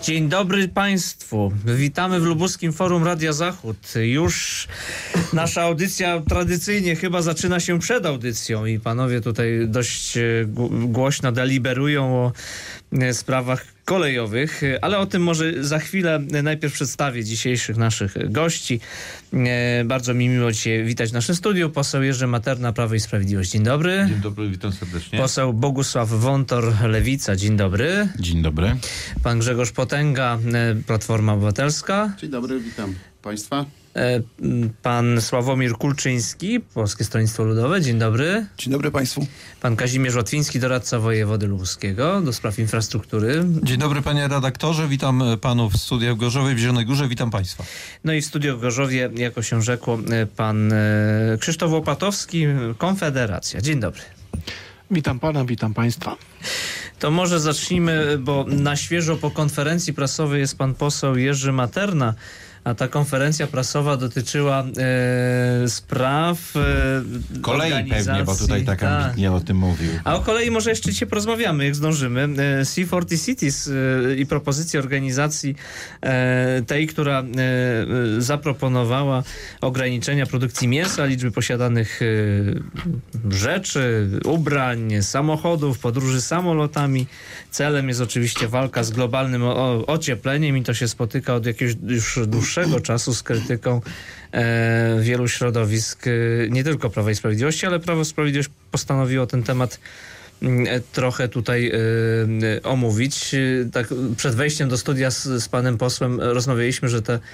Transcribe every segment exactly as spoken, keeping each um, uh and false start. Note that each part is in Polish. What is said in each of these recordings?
Dzień dobry Państwu. Witamy w Lubuskim Forum Radia Zachód. Już nasza audycja tradycyjnie chyba zaczyna się przed audycją i panowie tutaj dość głośno deliberują o sprawach kolejowych, ale o tym może za chwilę. Najpierw przedstawię dzisiejszych naszych gości. Bardzo mi miło Cię witać w naszym studiu. Poseł Jerzy Materna, Prawo i Sprawiedliwość. Dzień dobry. Dzień dobry, witam serdecznie. Poseł Bogusław Wontor, Lewica. Dzień dobry. Dzień dobry. Pan Grzegorz Potęga, Platforma Obywatelska. Dzień dobry, witam Państwa. Pan Sławomir Kulczyński, Polskie Stronnictwo Ludowe. Dzień dobry. Dzień dobry Państwu. Pan Kazimierz Łatwiński, doradca wojewody lubuskiego do spraw infrastruktury. Dzień dobry panie redaktorze, witam panów w studiach w Gorzowie, w Zielonej Górze, witam państwa. No i w studiu w Gorzowie, jako się rzekło, pan Krzysztof Łopatowski, Konfederacja. Dzień dobry. Witam pana, witam państwa. To może zacznijmy, bo na świeżo po konferencji prasowej jest pan poseł Jerzy Materna, a ta konferencja prasowa dotyczyła e, spraw e, kolei pewnie, bo tutaj tak ambitnie o tym mówił. A o kolei może jeszcze dzisiaj porozmawiamy, jak zdążymy. E, C czterdzieści Cities e, i propozycje organizacji e, tej, która e, zaproponowała ograniczenia produkcji mięsa, liczby posiadanych e, rzeczy, ubrań, samochodów, podróży samolotami. Celem jest oczywiście walka z globalnym o, ociepleniem i to się spotyka od jakiegoś już dłuższego czasu z krytyką e, wielu środowisk, e, nie tylko Prawa i Sprawiedliwości, ale Prawo i Sprawiedliwość postanowiło ten temat e, trochę tutaj e, omówić. E, tak przed wejściem do studia z, z panem posłem rozmawialiśmy, że te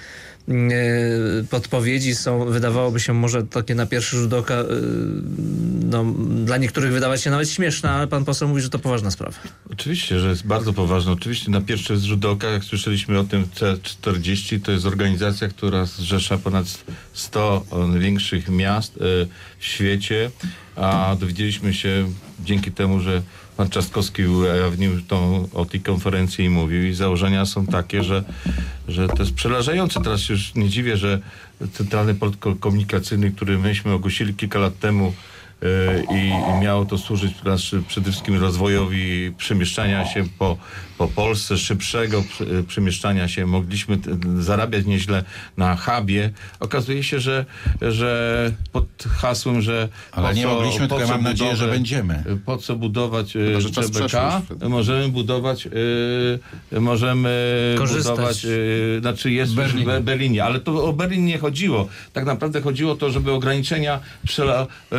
podpowiedzi są, wydawałoby się może takie na pierwszy rzut oka, no, dla niektórych wydawać się nawet śmieszne, ale pan poseł mówi, że to poważna sprawa. Oczywiście, że jest bardzo poważna. Oczywiście na pierwszy rzut oka, jak słyszeliśmy o tym C czterdzieści, to jest organizacja, która zrzesza ponad sto największych miast w świecie, a dowiedzieliśmy się dzięki temu, że pan Trzaskowski ujawnił tą, o tej konferencji i mówił, i założenia są takie, że, że to jest przerażające. Teraz się już nie dziwię, że Centralny Port Komunikacyjny, który myśmy ogłosili kilka lat temu yy, i, i miało to służyć znaczy przede wszystkim rozwojowi przemieszczania się po, po Polsce, szybszego przemieszczania się. Mogliśmy t- zarabiać nieźle na hubie. Okazuje się, że, że pod hasłem, że ale po nie co, mogliśmy, po tylko co mam nadzieję, budowę, że będziemy. Po co budować Chyba, że G czas B K? przeszły. Możemy budować yy, możemy Korzystać. budować yy, znaczy jest w Berlinie. Be- Berlinie, ale to o Berlin nie chodziło. Tak naprawdę chodziło o to, żeby ograniczenia przela, yy,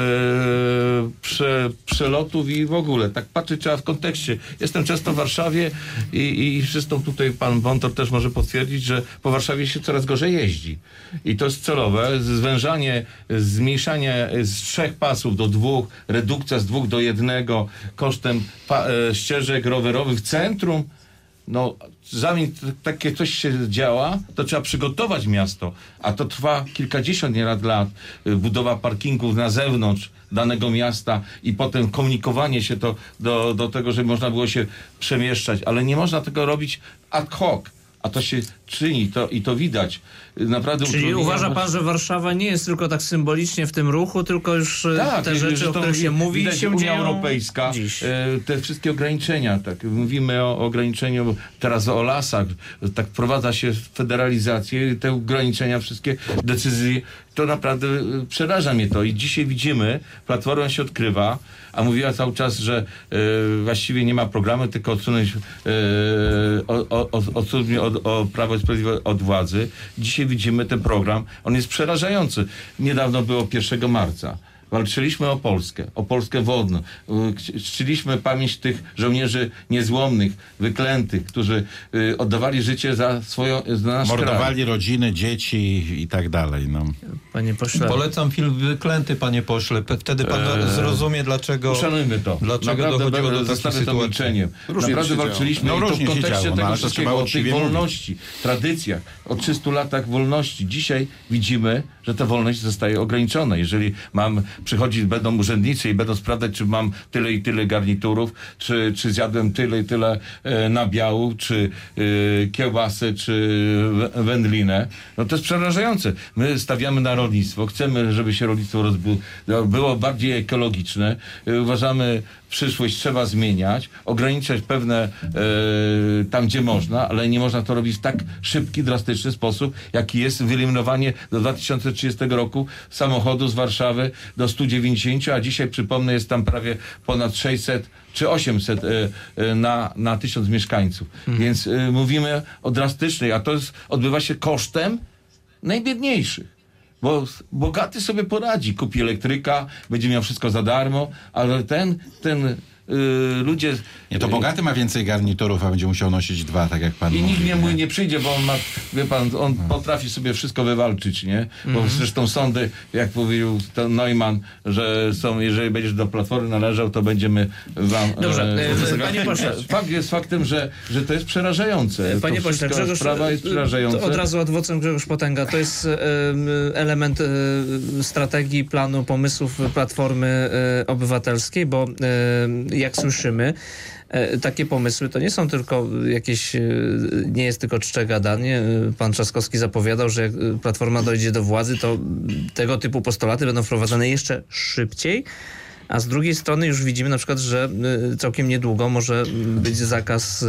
prze, przelotów i w ogóle. Tak patrzeć trzeba w kontekście. Jestem często w Warszawie i, i zresztą tutaj pan Wontor też może potwierdzić, że po Warszawie się coraz gorzej jeździ. I to jest celowe. Zwężanie, zmniejszanie z trzech pasów do dwóch, redukcja z dwóch do jednego kosztem pa, e, ścieżek rowerowych w centrum. No, zanim t- takie coś się działa, to trzeba przygotować miasto, a to trwa kilkadziesiąt nieraz lat. Y, budowa parkingów na zewnątrz danego miasta i potem komunikowanie się to do, do tego, żeby można było się przemieszczać, ale nie można tego robić ad hoc. A to się czyni to, i to widać. Naprawdę Czyli utrudnienia- uważa pan, że Warszawa nie jest tylko tak symbolicznie w tym ruchu, tylko już tak, te rzeczy, o których się mówi, widać, się Unia dzieją Europejska, dziś. e, te wszystkie ograniczenia, tak, mówimy o ograniczeniu teraz o lasach, tak wprowadza się federalizację, te ograniczenia, wszystkie decyzje, to naprawdę e, przeraża mnie to i dzisiaj widzimy, Platforma się odkrywa, a mówiła cały czas, że e, właściwie nie ma programu, tylko odsunąć e, o, o, odsunąć od, o Prawo i Sprawiedliwość od władzy. Dzisiaj widzimy ten program, on jest przerażający. Niedawno było pierwszego marca. Walczyliśmy o Polskę, o Polskę wodną. Czciliśmy pamięć tych żołnierzy niezłomnych, wyklętych, którzy y, oddawali życie za swoją, za nasz Mordowali kraj. rodziny, dzieci i tak dalej. No. Panie pośle. Polecam film Wyklęty, panie pośle. P- Wtedy pan Eee, zrozumie, dlaczego, Uszanujmy to. dlaczego Naprawdę dochodziło do zostawię takiej to sytuacji. milczeniem. Różnie Naprawdę to się walczyliśmy działo. No, i to w różnie się kontekście działo, no, tego ale to wszystkiego, trzeba o tych uczciwie wolności, tradycjach, o trzystu latach wolności. Dzisiaj widzimy, że ta wolność zostaje ograniczona. Jeżeli mam, przychodzi, będą urzędnicy i będą sprawdzać, czy mam tyle i tyle garniturów, czy, czy zjadłem tyle i tyle e, nabiału, czy e, kiełbasę, czy w- wędlinę, no to jest przerażające. My stawiamy na rolnictwo, chcemy, żeby się rolnictwo rozbu- było bardziej ekologiczne. E, uważamy przyszłość trzeba zmieniać, ograniczać pewne e, tam, gdzie można, ale nie można to robić w tak szybki, drastyczny sposób, jaki jest wyeliminowanie do dwa tysiące trzydziestego roku samochodu z Warszawy do stu dziewięćdziesięciu, a dzisiaj, przypomnę, jest tam prawie ponad sześćset czy osiemset y, y, na, na tysiąc mieszkańców. Mhm. Więc y, mówimy o drastycznej, a to jest, odbywa się kosztem najbiedniejszych. Bo bogaty sobie poradzi, kupi elektryka, będzie miał wszystko za darmo, ale ten, ten y, ludzie... Nie, to bogaty ma więcej garniturów, a będzie musiał nosić dwa, tak jak pan I mówi. nikt nie, nie, nie przyjdzie, bo on ma, wie pan, on hmm. potrafi sobie wszystko wywalczyć, nie? Bo hmm. zresztą sądy, jak powiedział ten Neumann, że są, jeżeli będziesz do Platformy należał, to będziemy wam... Dobrze, e, panie pośle. Fakt jest faktem, że, że to jest przerażające. Panie to pośle, Grzegorz, sprawa jest przerażająca. Od razu adwocem Grzegorz Potęga. To jest e, element e, strategii, planu, pomysłów Platformy e, Obywatelskiej, bo e, jak słyszymy, takie pomysły to nie są tylko jakieś, nie jest tylko czcze gadanie. Pan Trzaskowski zapowiadał, że jak Platforma dojdzie do władzy, to tego typu postulaty będą wprowadzane jeszcze szybciej. A z drugiej strony już widzimy na przykład, że całkiem niedługo może być zakaz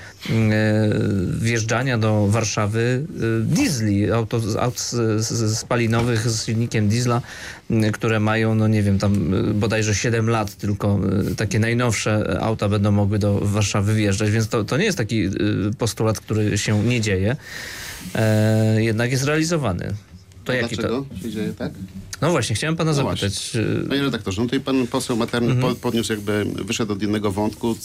wjeżdżania do Warszawy diesli, aut, aut spalinowych z silnikiem diesla, które mają, no nie wiem, tam bodajże siedem lat, tylko takie najnowsze auta będą mogły do Warszawy wjeżdżać, więc to, to nie jest taki postulat, który się nie dzieje, e, jednak jest realizowany. To jaki dlaczego to się dzieje tak? No właśnie, chciałem pana no zapytać. Właśnie. Panie redaktorze, no tutaj pan poseł Materny mhm. podniósł jakby, wyszedł od jednego wątku.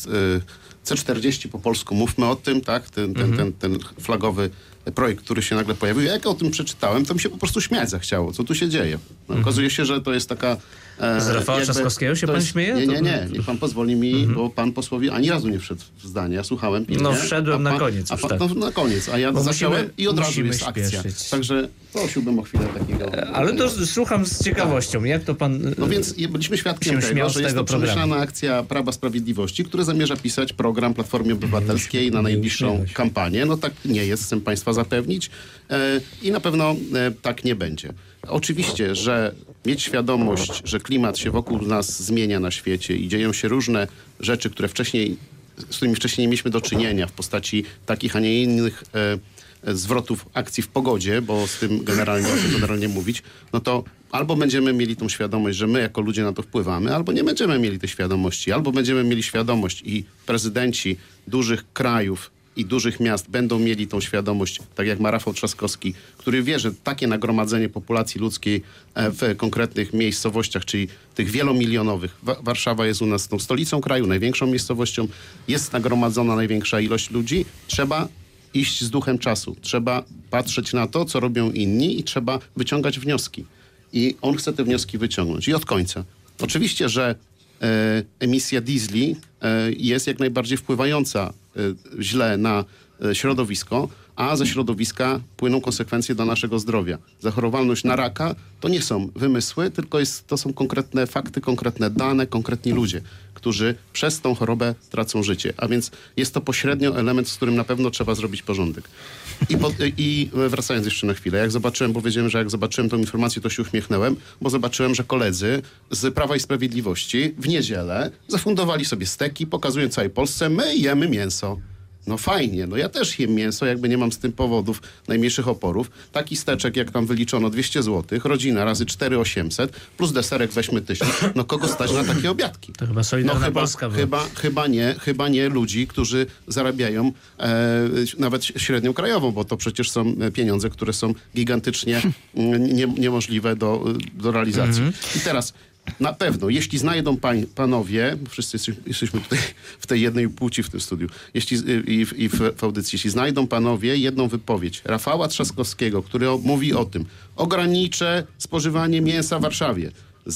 C czterdzieści po polsku, mówmy o tym, tak? Ten, ten, mhm. ten, ten flagowy projekt, który się nagle pojawił. Jak o tym przeczytałem, to mi się po prostu śmiać zachciało. Co tu się dzieje? No, mhm. Okazuje się, że to jest taka... E, Z Rafała Trzaskowskiego się pan jest, śmieje? Nie, nie, nie. Niech pan pozwoli mi, mhm. bo pan posłowi ani razu nie wszedł w zdanie. Ja słuchałem pilnie. No wszedłem pan, na koniec. A pan, tak. no, na koniec, a ja bo zacząłem musimy, i od razu jest śpieszyć. akcja. Także prosiłbym o chwilę takiego... Ale to słucham z ciekawością. Jak to pan... No więc byliśmy świadkiem tego, że jest to przemyślana akcja Prawa Sprawiedliwości, która zamierza pisać program Platformy Obywatelskiej na najbliższą kampanię. No tak nie jest, chcę państwa zapewnić. E, I na pewno e, tak nie będzie. Oczywiście, że mieć świadomość, że klimat się wokół nas zmienia na świecie i dzieją się różne rzeczy, które wcześniej, z którymi wcześniej nie mieliśmy do czynienia w postaci takich, a nie innych e, zwrotów akcji w pogodzie, bo z tym generalnie, generalnie mówić, no to albo będziemy mieli tą świadomość, że my jako ludzie na to wpływamy, albo nie będziemy mieli tej świadomości. Albo będziemy mieli świadomość i prezydenci dużych krajów i dużych miast będą mieli tą świadomość, tak jak ma Rafał Trzaskowski, który wie, że takie nagromadzenie populacji ludzkiej w konkretnych miejscowościach, czyli tych wielomilionowych, Wa- Warszawa jest u nas tą stolicą kraju, największą miejscowością, jest nagromadzona największa ilość ludzi, trzeba iść z duchem czasu. Trzeba patrzeć na to, co robią inni i trzeba wyciągać wnioski. I on chce te wnioski wyciągnąć. I od końca. Oczywiście, że e, emisja diesli e, jest jak najbardziej wpływająca e, źle na e, środowisko, a ze środowiska płyną konsekwencje dla naszego zdrowia. Zachorowalność na raka to nie są wymysły, tylko jest, to są konkretne fakty, konkretne dane, konkretni ludzie, którzy przez tą chorobę tracą życie. A więc jest to pośrednio element, z którym na pewno trzeba zrobić porządek. I, po, i wracając jeszcze na chwilę, jak zobaczyłem, powiedziałem, że jak zobaczyłem tą informację, to się uśmiechnąłem, bo zobaczyłem, że koledzy z Prawa i Sprawiedliwości w niedzielę zafundowali sobie steki, pokazując całej Polsce, my jemy mięso. No fajnie, no ja też jem mięso, jakby nie mam z tym powodów najmniejszych oporów. Taki steczek, jak tam wyliczono, dwieście złotych, rodzina razy cztery osiemset, plus deserek weźmy tysiąc. No kogo stać na takie obiadki? To chyba Solidarna no, chyba, Polska była. chyba, chyba, nie, chyba nie ludzi, którzy zarabiają e, nawet średnią krajową, bo to przecież są pieniądze, które są gigantycznie nie, niemożliwe do, do realizacji. Mm-hmm. I teraz... Na pewno, jeśli znajdą pań, panowie, wszyscy jesteśmy tutaj w tej jednej płci w tym studiu, jeśli, i, w, i w, w audycji, jeśli znajdą panowie jedną wypowiedź Rafała Trzaskowskiego, który mówi o tym, ograniczę spożywanie mięsa w Warszawie,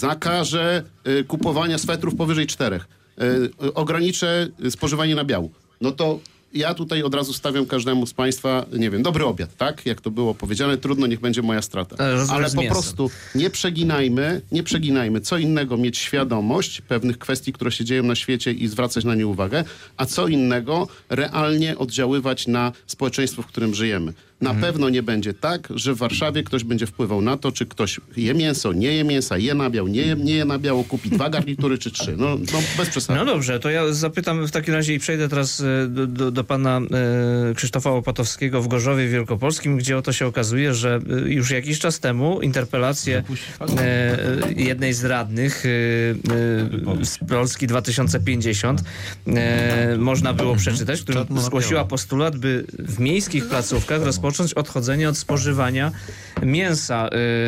zakażę y, kupowania swetrów powyżej czterech, y, ograniczę spożywanie nabiału, no to ja tutaj od razu stawiam każdemu z państwa, nie wiem, dobry obiad, tak? Jak to było powiedziane, trudno, niech będzie moja strata. Ale po prostu nie przeginajmy, nie przeginajmy. Co innego mieć świadomość pewnych kwestii, które się dzieją na świecie i zwracać na nie uwagę, a co innego realnie oddziaływać na społeczeństwo, w którym żyjemy. Na mhm. pewno nie będzie tak, że w Warszawie ktoś będzie wpływał na to, czy ktoś je mięso, nie je mięsa, je nabiał, nie je, nie je nabiało, kupi dwa garnitury czy trzy. No, no bez przesady. No dobrze, to ja zapytam w takim razie i przejdę teraz do, do, do pana e, Krzysztofa Łopatowskiego w Gorzowie Wielkopolskim, gdzie oto się okazuje, że już jakiś czas temu interpelację e, jednej z radnych e, z Polski dwa tysiące pięćdziesiąt e, można było przeczytać, która zgłosiła postulat, by w miejskich placówkach rozpocząć odchodzenie od spożywania mięsa.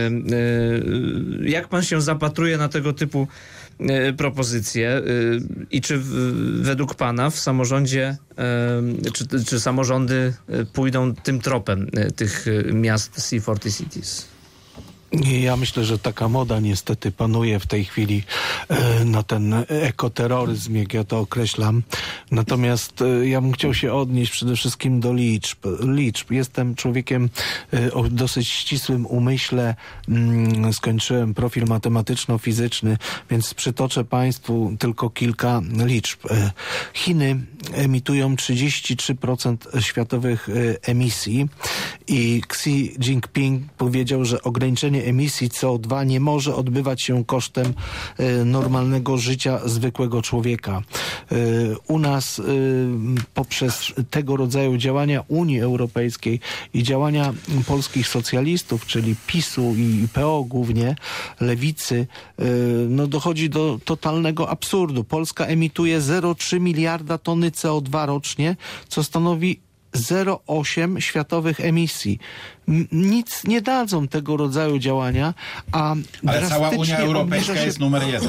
Jak pan się zapatruje na tego typu propozycje i czy według pana w samorządzie, czy, czy samorządy pójdą tym tropem tych miast C czterdzieści Cities? Ja myślę, że taka moda niestety panuje w tej chwili e, na ten ekoterroryzm, jak ja to określam. Natomiast e, ja bym chciał się odnieść przede wszystkim do liczb. liczb. Jestem człowiekiem e, o dosyć ścisłym umyśle. Mm, skończyłem profil matematyczno-fizyczny, więc przytoczę państwu tylko kilka liczb. E, Chiny emitują trzydzieści trzy procent światowych e, emisji i Xi Jinping powiedział, że ograniczenie emisji C O dwa nie może odbywać się kosztem y, normalnego życia zwykłego człowieka. Y, u nas y, poprzez tego rodzaju działania Unii Europejskiej i działania polskich socjalistów, czyli PiSu i P O głównie, lewicy, y, no dochodzi do totalnego absurdu. Polska emituje zero przecinek trzy miliarda tony C O dwa rocznie, co stanowi zero przecinek osiem światowych emisji. M- nic nie dadzą tego rodzaju działania, a ale cała Unia Europejska się... jest numer jeden.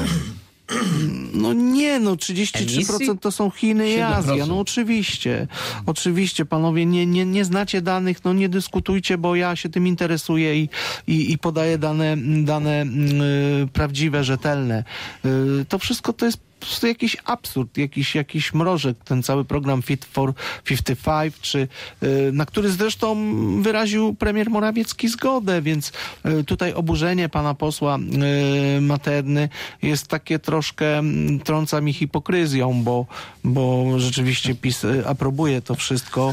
No nie, no trzydzieści trzy procent to są Chiny i Azja. No oczywiście. Oczywiście, panowie, nie, nie, nie znacie danych, no nie dyskutujcie, bo ja się tym interesuję i, i, i podaję dane, dane yy, prawdziwe, rzetelne. Yy, to wszystko to jest po prostu jakiś absurd, jakiś, jakiś mrożek, ten cały program Fit for pięćdziesiąt pięć, czy, y, na który zresztą wyraził premier Morawiecki zgodę, więc y, tutaj oburzenie pana posła y, Materny jest takie troszkę, trąca mi hipokryzją, bo, bo rzeczywiście PiS y, aprobuje to wszystko.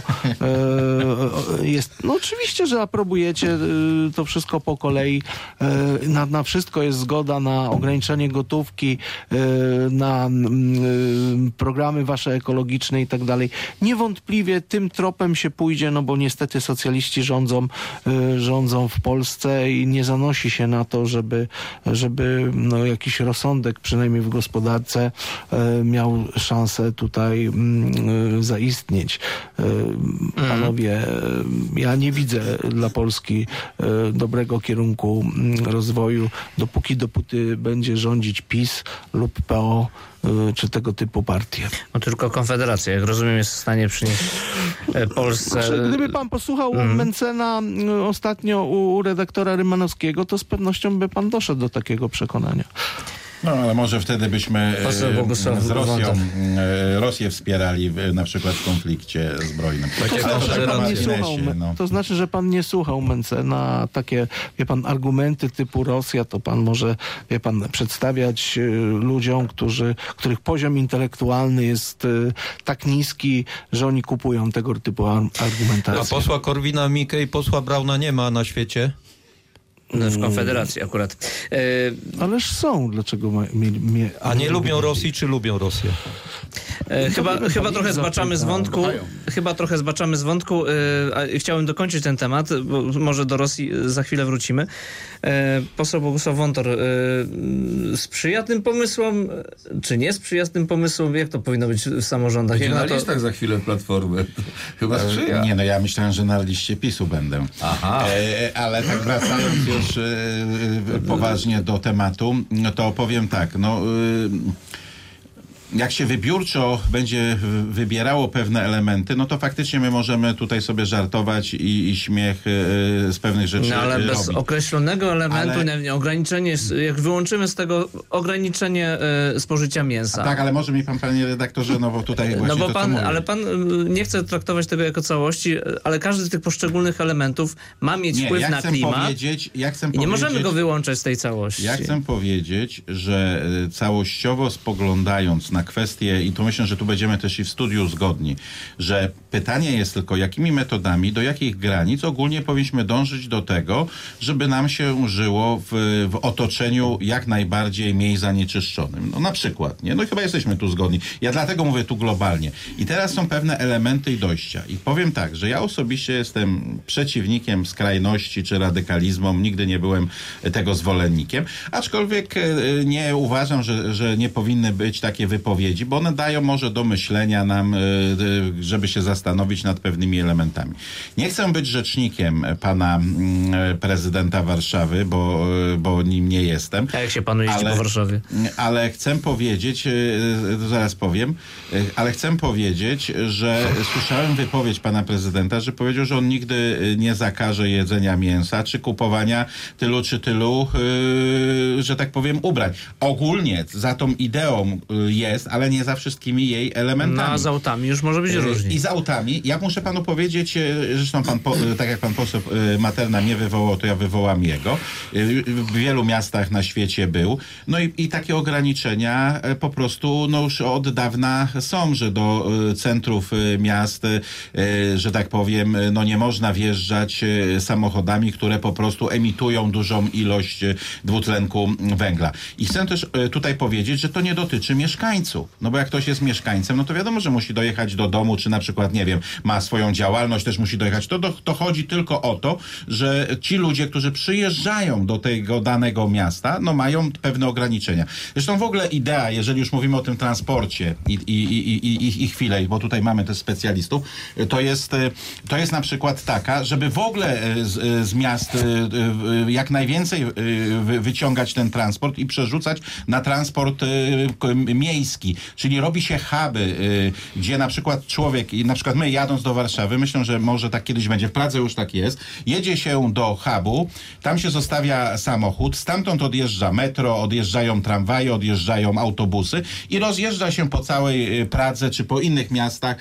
Y, jest, no oczywiście, że aprobujecie y, to wszystko po kolei. Y, na, na wszystko jest zgoda, na ograniczenie gotówki, y, na programy wasze ekologiczne i tak dalej. Niewątpliwie tym tropem się pójdzie, no bo niestety socjaliści rządzą, y, rządzą w Polsce i nie zanosi się na to, żeby, żeby no, jakiś rozsądek, przynajmniej w gospodarce, y, miał szansę tutaj y, zaistnieć. Y, panowie, y, ja nie widzę dla Polski y, dobrego kierunku y, rozwoju, dopóki dopóty będzie rządzić PiS lub P O, czy tego typu partie. No tylko Konfederacja, jak rozumiem, jest w stanie przynieść Polsce... Gdyby pan posłuchał mm. Mencena ostatnio u, u redaktora Rymanowskiego, to z pewnością by pan doszedł do takiego przekonania. No, ale może wtedy byśmy e, z Rosją, e, Rosję wspierali w, na przykład w konflikcie zbrojnym. To znaczy, że pan nie słuchał, no. to znaczy, że pan nie słuchał Mencena. Takie, wie pan, argumenty typu Rosja, to pan może, wie pan, przedstawiać y, ludziom, którzy, których poziom intelektualny jest y, tak niski, że oni kupują tego typu argumentację. A posła Korwina-Mikke i posła Brauna nie ma na świecie? W Konfederacji akurat. E... Ależ są. Dlaczego ma, mi, mi, A nie lubią Rosji, czy lubią Rosję? E, chyba chyba trochę zbaczamy z wątku. Chyba trochę zbaczamy z wątku. E, chciałem dokończyć ten temat, bo może do Rosji za chwilę wrócimy. E, poseł Bogusław Wontor e, sprzyja tym pomysłom, czy nie sprzyja tym pomysłom? Jak to powinno być w samorządach? Będzie na to... listach za chwilę Platformy. Chyba sprzyja. Nie, no ja myślałem, że na liście PiSu będę. Aha. E, ale tak wracając już e, poważnie do tematu, no to powiem tak, no... E, jak się wybiórczo będzie wybierało pewne elementy, no to faktycznie my możemy tutaj sobie żartować i, i śmiech y, z pewnych rzeczy No ale bez robić. określonego elementu, Ale... nie wiem, ograniczenie, jak wyłączymy z tego ograniczenie y, spożycia mięsa. A tak, ale może mi pan, panie redaktorze, no bo tutaj właśnie No bo to, pan, co ale pan nie chce traktować tego jako całości, ale każdy z tych poszczególnych elementów ma mieć nie, wpływ ja na chcę klimat powiedzieć, ja chcę i nie powiedzieć, możemy go wyłączać z tej całości. Ja chcę powiedzieć, że całościowo spoglądając na kwestię, i to myślę, że tu będziemy też i w studiu zgodni, że pytanie jest tylko, jakimi metodami, do jakich granic ogólnie powinniśmy dążyć do tego, żeby nam się żyło w, w otoczeniu jak najbardziej mniej zanieczyszczonym. No na przykład, nie? No chyba jesteśmy tu zgodni. Ja dlatego mówię tu globalnie. I teraz są pewne elementy i dojścia. I powiem tak, że ja osobiście jestem przeciwnikiem skrajności czy radykalizmom. Nigdy nie byłem tego zwolennikiem. Aczkolwiek nie uważam, że, że nie powinny być takie wypowiedzi, bo one dają może do myślenia nam, żeby się zastanowić nad pewnymi elementami. Nie chcę być rzecznikiem pana prezydenta Warszawy, bo, bo nim nie jestem. A jak się panu jeździ ale, po Warszawie? Ale chcę powiedzieć, zaraz powiem, ale chcę powiedzieć, że słyszałem wypowiedź pana prezydenta, że powiedział, że on nigdy nie zakaże jedzenia mięsa, czy kupowania tylu czy tylu, yy, że tak powiem, ubrań. Ogólnie za tą ideą jest, ale nie za wszystkimi jej elementami. No a z autami już może być różnie. I z autami, ja muszę panu powiedzieć, zresztą pan, po, tak jak pan poseł Materna mnie wywołał, to ja wywołam jego. W wielu miastach na świecie był. No i, i takie ograniczenia po prostu no już od dawna są, że do centrów miast, że tak powiem, no nie można wjeżdżać samochodami, które po prostu emitują dużą ilość dwutlenku węgla. I chcę też tutaj powiedzieć, że to nie dotyczy mieszkańców. No bo jak ktoś jest mieszkańcem, no to wiadomo, że musi dojechać do domu, czy na przykład, nie wiem, ma swoją działalność, też musi dojechać. To, to, to chodzi tylko o to, że ci ludzie, którzy przyjeżdżają do tego danego miasta, no mają pewne ograniczenia. Zresztą w ogóle idea, jeżeli już mówimy o tym transporcie i, i, i, i, i chwilę, bo tutaj mamy też specjalistów, to jest, to jest na przykład taka, żeby w ogóle z, z miast jak najwięcej wyciągać ten transport i przerzucać na transport miejski. Czyli robi się huby, gdzie na przykład człowiek, na przykład my jadąc do Warszawy, myślę, że może tak kiedyś będzie, w Pradze już tak jest, jedzie się do hubu, tam się zostawia samochód, stamtąd odjeżdża metro, odjeżdżają tramwaje, odjeżdżają autobusy i rozjeżdża się po całej Pradze, czy po innych miastach,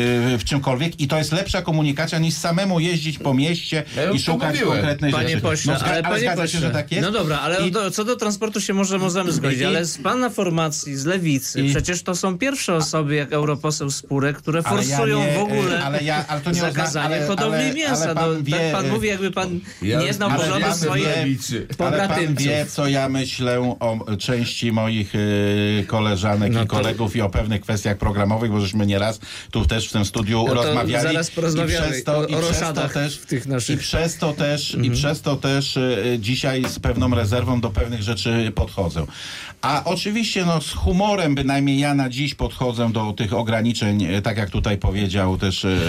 w czymkolwiek i to jest lepsza komunikacja niż samemu jeździć po mieście ja i szukać mówiłem. konkretnej panie rzeczy. Pośle, no, ale, ale panie zgadza pośle, się, że tak jest? No dobra, ale I... do, co do transportu się może możemy zgodzić, I... ale z pana formacji, z lewicy, I... przecież to są pierwsze osoby, jak europoseł Spurek, które forsują ja nie, w ogóle ale ja, ale to nie zakazanie ale, hodowli ale, mięsa. Ale pan no, wie, tak pan mówi, jakby pan ja, nie znał poglądów swoich pobratymców. Pan wie, co ja myślę o części moich y, koleżanek no i kolegów to... i o pewnych kwestiach programowych, bo żeśmy nieraz tu też w tym studiu no rozmawiali. Zaraz porozmawiamy i przez to, o, i o przez roszadach to też, w tych naszych... I przez to też, mhm. i przez to też y, dzisiaj z pewną rezerwą do pewnych rzeczy podchodzę. A oczywiście no, z humorem bynajmniej ja na dziś podchodzę do tych ograniczeń, tak jak tutaj powiedział też yy,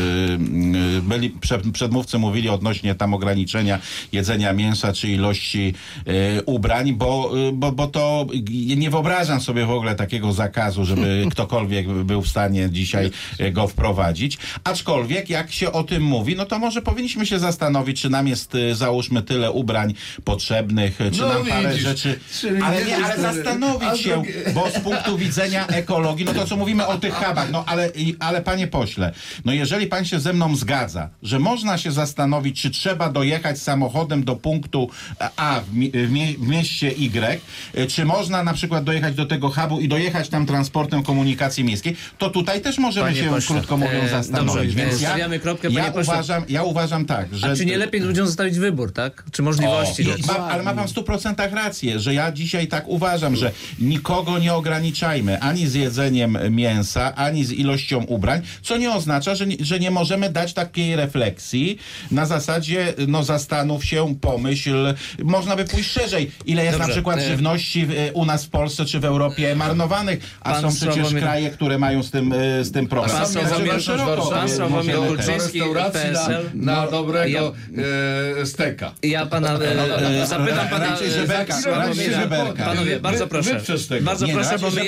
byli przed, przedmówcy mówili odnośnie tam ograniczenia jedzenia mięsa czy ilości yy, ubrań, bo, yy, bo, bo to nie wyobrażam sobie w ogóle takiego zakazu, żeby ktokolwiek był w stanie dzisiaj go wprowadzić. Aczkolwiek jak się o tym mówi, no to może powinniśmy się zastanowić, czy nam jest yy, załóżmy tyle ubrań potrzebnych, czy no, nam parę widzisz, rzeczy, ale nie, ale zastanowić się, bo z punktu widzenia ekologii, no to co mówimy o tych hubach, no ale, ale panie pośle, no jeżeli pan się ze mną zgadza, że można się zastanowić, czy trzeba dojechać samochodem do punktu A w, mi, w, mie, w mieście Y, czy można na przykład dojechać do tego hubu i dojechać tam transportem komunikacji miejskiej, to tutaj też możemy panie się, pośle, krótko mówiąc, e, zastanowić. Dobrze, Więc ja, kropkę, ja, uważam, ja uważam tak, że... A czy nie lepiej ludziom zostawić wybór, tak? Czy możliwości? O, ma, ale ma pan w stu procentach rację, że ja dzisiaj tak uważam, że nikogo nie ograniczajmy ani z jedzeniem mięsa, ani z ilością ubrań, co nie oznacza, że nie, że nie możemy dać takiej refleksji na zasadzie, no zastanów się, pomyśl, można by pójść szerzej. Ile jest Dobrze. na przykład żywności w, u nas w Polsce czy w Europie marnowanych, a Pan są przecież Sławomir... kraje, które mają z tym, z tym problem. Pan Sławomir Górczyński, P S L. Na, na dobrego ja, e, steka. Ja pana e, zapytam pana Żeberka, Panowie, bardzo proszę. Bardzo nie, proszę, bo my jednym tematem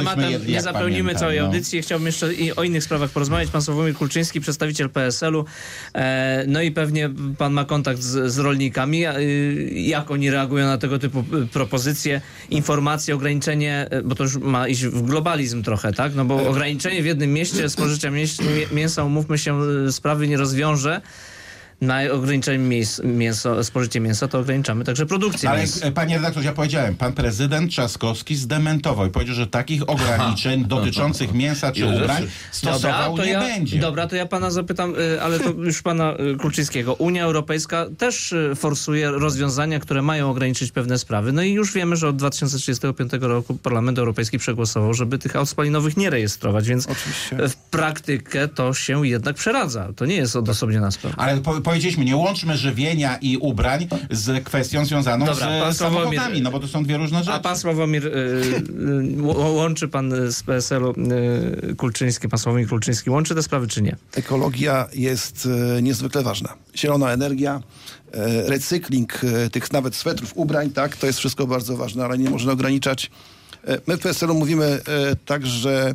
tematem jak nie zapełnimy pamiętam, całej no. audycji. Chciałbym jeszcze i o innych sprawach porozmawiać. Pan Sławomir Kulczyński, przedstawiciel P S L-u. E, no i pewnie pan ma kontakt z, z rolnikami. E, jak oni reagują na tego typu propozycje, informacje, ograniczenie, bo to już ma iść w globalizm trochę, tak? No bo ograniczenie w jednym mieście spożycia mięsa, umówmy się, sprawy nie rozwiąże. Na ograniczenie mięs, mięso, spożycie mięsa, to ograniczamy także produkcję Ale mięsa. panie redaktorze, ja powiedziałem, pan prezydent Trzaskowski zdementował i powiedział, że takich ograniczeń dotyczących mięsa czy ubrań stosował dobra, nie ja, będzie. Dobra, to ja pana zapytam, ale to już pana Kulczyńskiego. Unia Europejska też forsuje rozwiązania, które mają ograniczyć pewne sprawy. No i już wiemy, że od dwa tysiące trzydziestego piątego roku Parlament Europejski przegłosował, żeby tych aut spalinowych nie rejestrować, więc Oczywiście. w praktykę to się jednak przeradza. To nie jest odosobniona sprawa. Ale po, powiedzieliśmy, nie łączmy żywienia i ubrań z kwestią związaną Dobra, z samochodami, no bo to są dwie różne rzeczy. A pan Sławomir, y, y, łączy pan z P S L-u y, Kulczyński, pan Sławomir Kulczyński, łączy te sprawy czy nie? Ekologia jest e, niezwykle ważna. Zielona energia, e, recykling e, tych nawet swetrów, ubrań, tak, to jest wszystko bardzo ważne, ale nie można ograniczać. E, my w P S L-u mówimy e, tak, że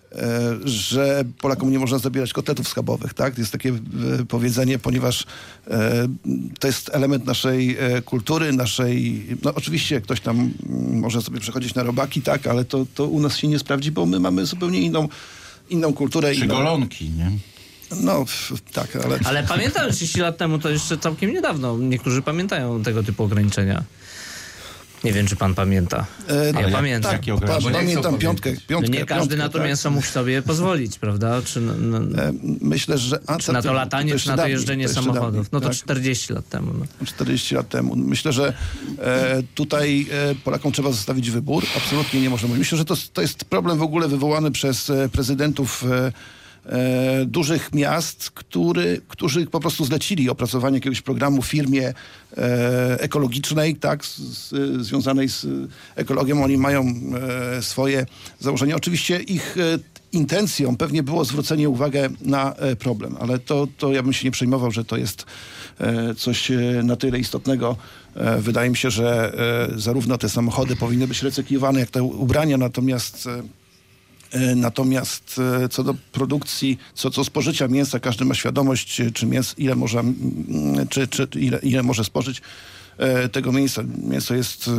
że Polakom nie można zabierać kotletów schabowych, tak? Jest takie e, powiedzenie, ponieważ e, to jest element naszej e, kultury, naszej... No oczywiście ktoś tam m, może sobie przechodzić na robaki, tak? Ale to, to u nas się nie sprawdzi, bo my mamy zupełnie inną, inną kulturę. Czy inną... golonki, nie? No, f, tak, ale... Ale pamiętam, trzydzieści lat temu, to jeszcze całkiem niedawno. Niektórzy pamiętają tego typu ograniczenia. Nie wiem, czy pan pamięta. E, ja jak, pamiętam. Tak, pa, pamiętam piątkę, piątkę. No nie każdy piątkę, na to tak. mięso musi sobie pozwolić, prawda? Czy, no, no, e, myślę, że... A, czy na to latanie, to czy na to dawniej, jeżdżenie to samochodów. dawniej, No to tak. czterdzieści lat temu. No. czterdzieści lat temu. Myślę, że e, tutaj e, Polakom trzeba zostawić wybór. Absolutnie nie można. Myślę, że to, to jest problem w ogóle wywołany przez e, prezydentów e, e, dużych miast, który, którzy po prostu zlecili opracowanie jakiegoś programu firmie e, ekologicznej, tak, z, z, związanej z ekologią. Oni mają e, swoje założenia. Oczywiście ich e, intencją pewnie było zwrócenie uwagi na e, problem, ale to, to ja bym się nie przejmował, że to jest e, coś e, na tyle istotnego. E, wydaje mi się, że e, zarówno te samochody powinny być recyklowane, jak te ubrania, natomiast e, Natomiast co do produkcji, co do spożycia mięsa, każdy ma świadomość, czy mięs, ile może, czy, czy ile, ile może spożyć tego mięsa. Mięso jest...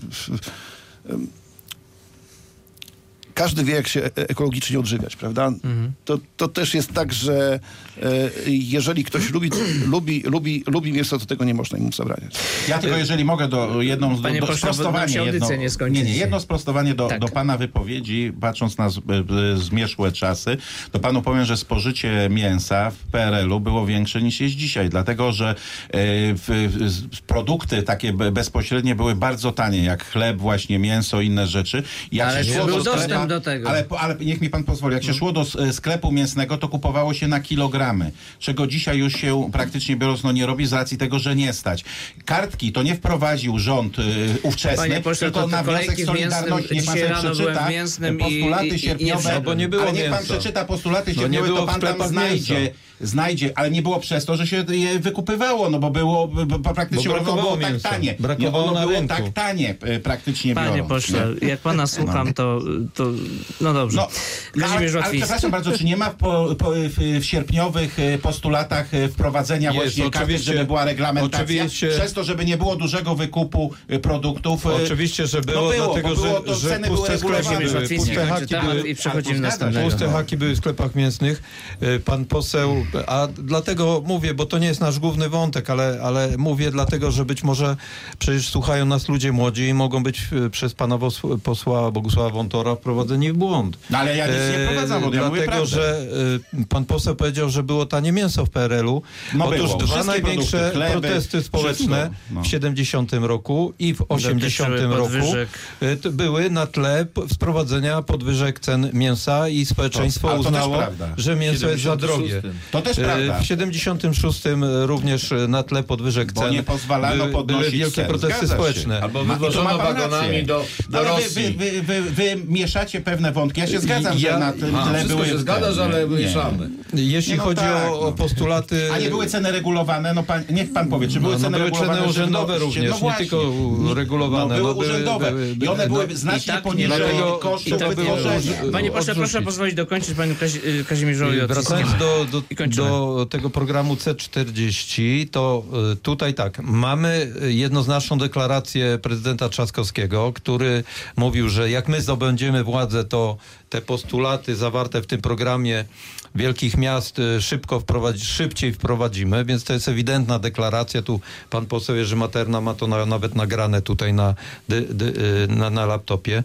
Każdy wie, jak się ekologicznie odżywiać, prawda? Mhm. To, to też jest tak, że e, jeżeli ktoś lubi, lubi, lubi, lubi mięso, to tego nie można im zabraniać. Ja tylko, jeżeli mogę, do jedną do, Panie do pośle, sprostowanie. Jedno, nie, nie, nie, jedno sprostowanie do, tak. do pana wypowiedzi, patrząc na z, zmierzchłe czasy, to panu powiem, że spożycie mięsa w P R L-u było większe niż jest dzisiaj, dlatego, że e, w, w, produkty takie bezpośrednie były bardzo tanie, jak chleb, właśnie mięso, inne rzeczy. Jak ale się czy był do dostęp do tego? Ale, ale niech mi pan pozwoli, jak się szło do sklepu mięsnego, to kupowało się na kilogramy, czego dzisiaj już się praktycznie biorąc no nie robi z racji tego, że nie stać. Kartki to nie wprowadził rząd y, ówczesny, Panie pośle, tylko to na wniosek Solidarności. Niech pan sobie przeczyta postulaty i, i, sierpniowe, no bo nie było ale niech pan mięsa. przeczyta postulaty No sierpniowe, to pan tam znajdzie, mięsa. znajdzie, ale nie było przez to, że się je wykupywało, no bo było bo praktycznie bo ono było tak mięsa. tanie. Brakowało nie, ono na było rynku. tak tanie y, praktycznie Panie biorąc. pośle, nie? jak pana słucham, to, to no dobrze. No, no, ale, ale przepraszam bardzo, czy nie ma w, po, po, w, w sierpniowych postulatach wprowadzenia Jest, właśnie karty, żeby była reglamentacja, oczywiście. przez to, żeby nie było dużego wykupu produktów? Oczywiście, że było, no było dlatego, było, że, że puste sklepy były, puste haki były, i przechodzimy do następnego. puste haki były w sklepach mięsnych. Pan poseł, a dlatego mówię, bo to nie jest nasz główny wątek, ale, ale mówię dlatego, że być może przecież słuchają nas ludzie młodzi i mogą być przez pana posła Bogusława Wątora wprowadzeni w błąd. No ale ja nic nie prowadzam, bo ja mówię Dlatego, że y, pan poseł powiedział, że było tanie mięso w P R L-u. No Otóż było. dwa Wszystkie największe produkty, chleby, protesty społeczne no. w siedemdziesiątym roku i w osiemdziesiątym roku y, to były na tle p- wprowadzenia podwyżek cen mięsa i społeczeństwo To- ale to też uznało, prawda. że mięso jest za drogie. To To też prawda. W siedemdziesiątym szóstym również na tle podwyżek Bo cen nie pozwalano były, podnosić były wielkie cen. protesty Zgadza społeczne. się. Albo Ma- wywożono to ma pan wagonami rację. do, do Ale wy, Rosji. wy, wy, wy, wy mieszacie pewne wątki. Ja się zgadzam, Ja- że na tym A, tle wszystko były... się zgadzasz, ale Nie. mieszamy. Jeśli Nie, no chodzi tak, o, no. o postulaty... A nie były ceny regulowane? No pan, niech pan powie, czy były No, no ceny były regulowane? ceny urzędowe żywności? również, No nie właśnie. tylko regulowane. No, były No, były- urzędowe. były- I one były no, znacznie i tak nie poniżej dlatego- kosztów i tak było- wytworzenia. Panie pośle, proszę odrzucić. pozwolić dokończyć panu Kazi, Kazimierzowi Wracając do, do, I kończymy. do tego programu C czterdzieści, to y, tutaj tak, mamy jednoznaczną deklarację prezydenta Trzaskowskiego, który mówił, że jak my zdobędziemy władzę, to te postulaty zawarte w tym programie wielkich miast y, szybko wprowadzi, szybciej wprowadzimy, więc to jest ewidentna deklaracja. Tu pan poseł Jerzy Materna ma to na, nawet nagrane tutaj na, dy, dy, y, na, na laptopie.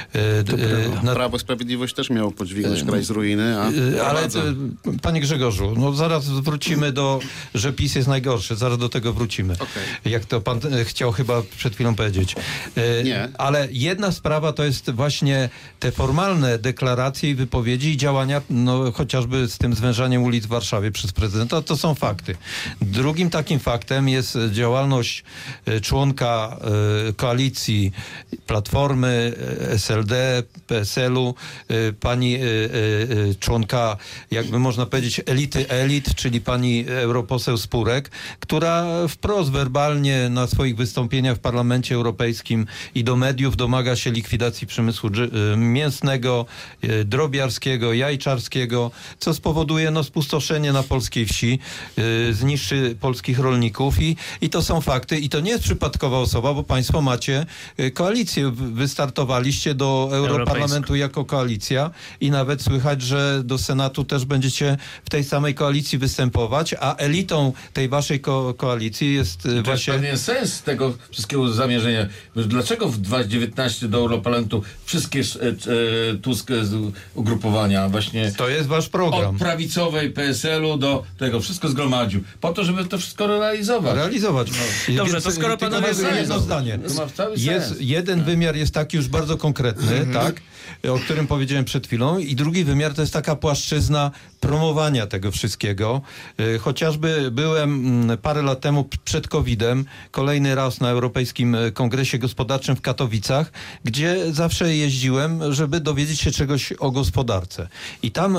Y, y, na, Prawo i Sprawiedliwość też miało podźwignąć kraj z ruiny, a Y, Ale prowadza. y, panie Grzegorzu, no zaraz wrócimy do, że PiS jest najgorszy, zaraz do tego wrócimy. Okej. Jak to pan y, chciał chyba przed chwilą powiedzieć. Y, Nie. Ale jedna sprawa to jest właśnie te formalne deklaracje i wypowiedzi i działania, no chociażby z tym zwężaniem ulic w Warszawie przez prezydenta, to są fakty. Drugim takim faktem jest działalność y, członka y, koalicji Platformy, y, S L D, P S L-u, y, pani y, y, y, członka, jakby można powiedzieć, elity elit, czyli pani europoseł Spurek, która wprost werbalnie na swoich wystąpieniach w Parlamencie Europejskim i do mediów domaga się likwidacji przemysłu dży- y, mięsnego, y, drobiarskiego, jajczarskiego, co spowoduje no, spustoszenie na polskiej wsi, y, zniszczy polskich rolników i, i to są fakty. I to nie jest przypadkowa osoba, bo państwo macie y, koalicję. Wy- Wystartowaliście do Europarlamentu jako koalicja i nawet słychać, że do Senatu też będziecie w tej samej koalicji występować, a elitą tej waszej ko- koalicji jest y, To jest właśnie... pewien sens tego wszystkiego zamierzenia. Dlaczego w dwa tysiące dziewiętnastym do Europarlamentu wszystkie e, e, Tusk e, z- ugrupowania właśnie To jest wasz program. od prawicowej P S L-u do tego wszystko zgromadził. Po to, żeby to wszystko realizować. Realizować. I Dobrze, więc, to skoro tylko panowie mówię sens. jedno zdanie. To ma cały Jest, sens. jeden wymiar jest taki już bardzo konkretny, tak, o którym powiedziałem przed chwilą, i drugi wymiar to jest taka płaszczyzna promowania tego wszystkiego. Y, Chociażby byłem mm, parę lat temu p- przed kowidem kolejny raz na Europejskim y, Kongresie Gospodarczym w Katowicach, gdzie zawsze jeździłem, żeby dowiedzieć się czegoś o gospodarce. I tam y,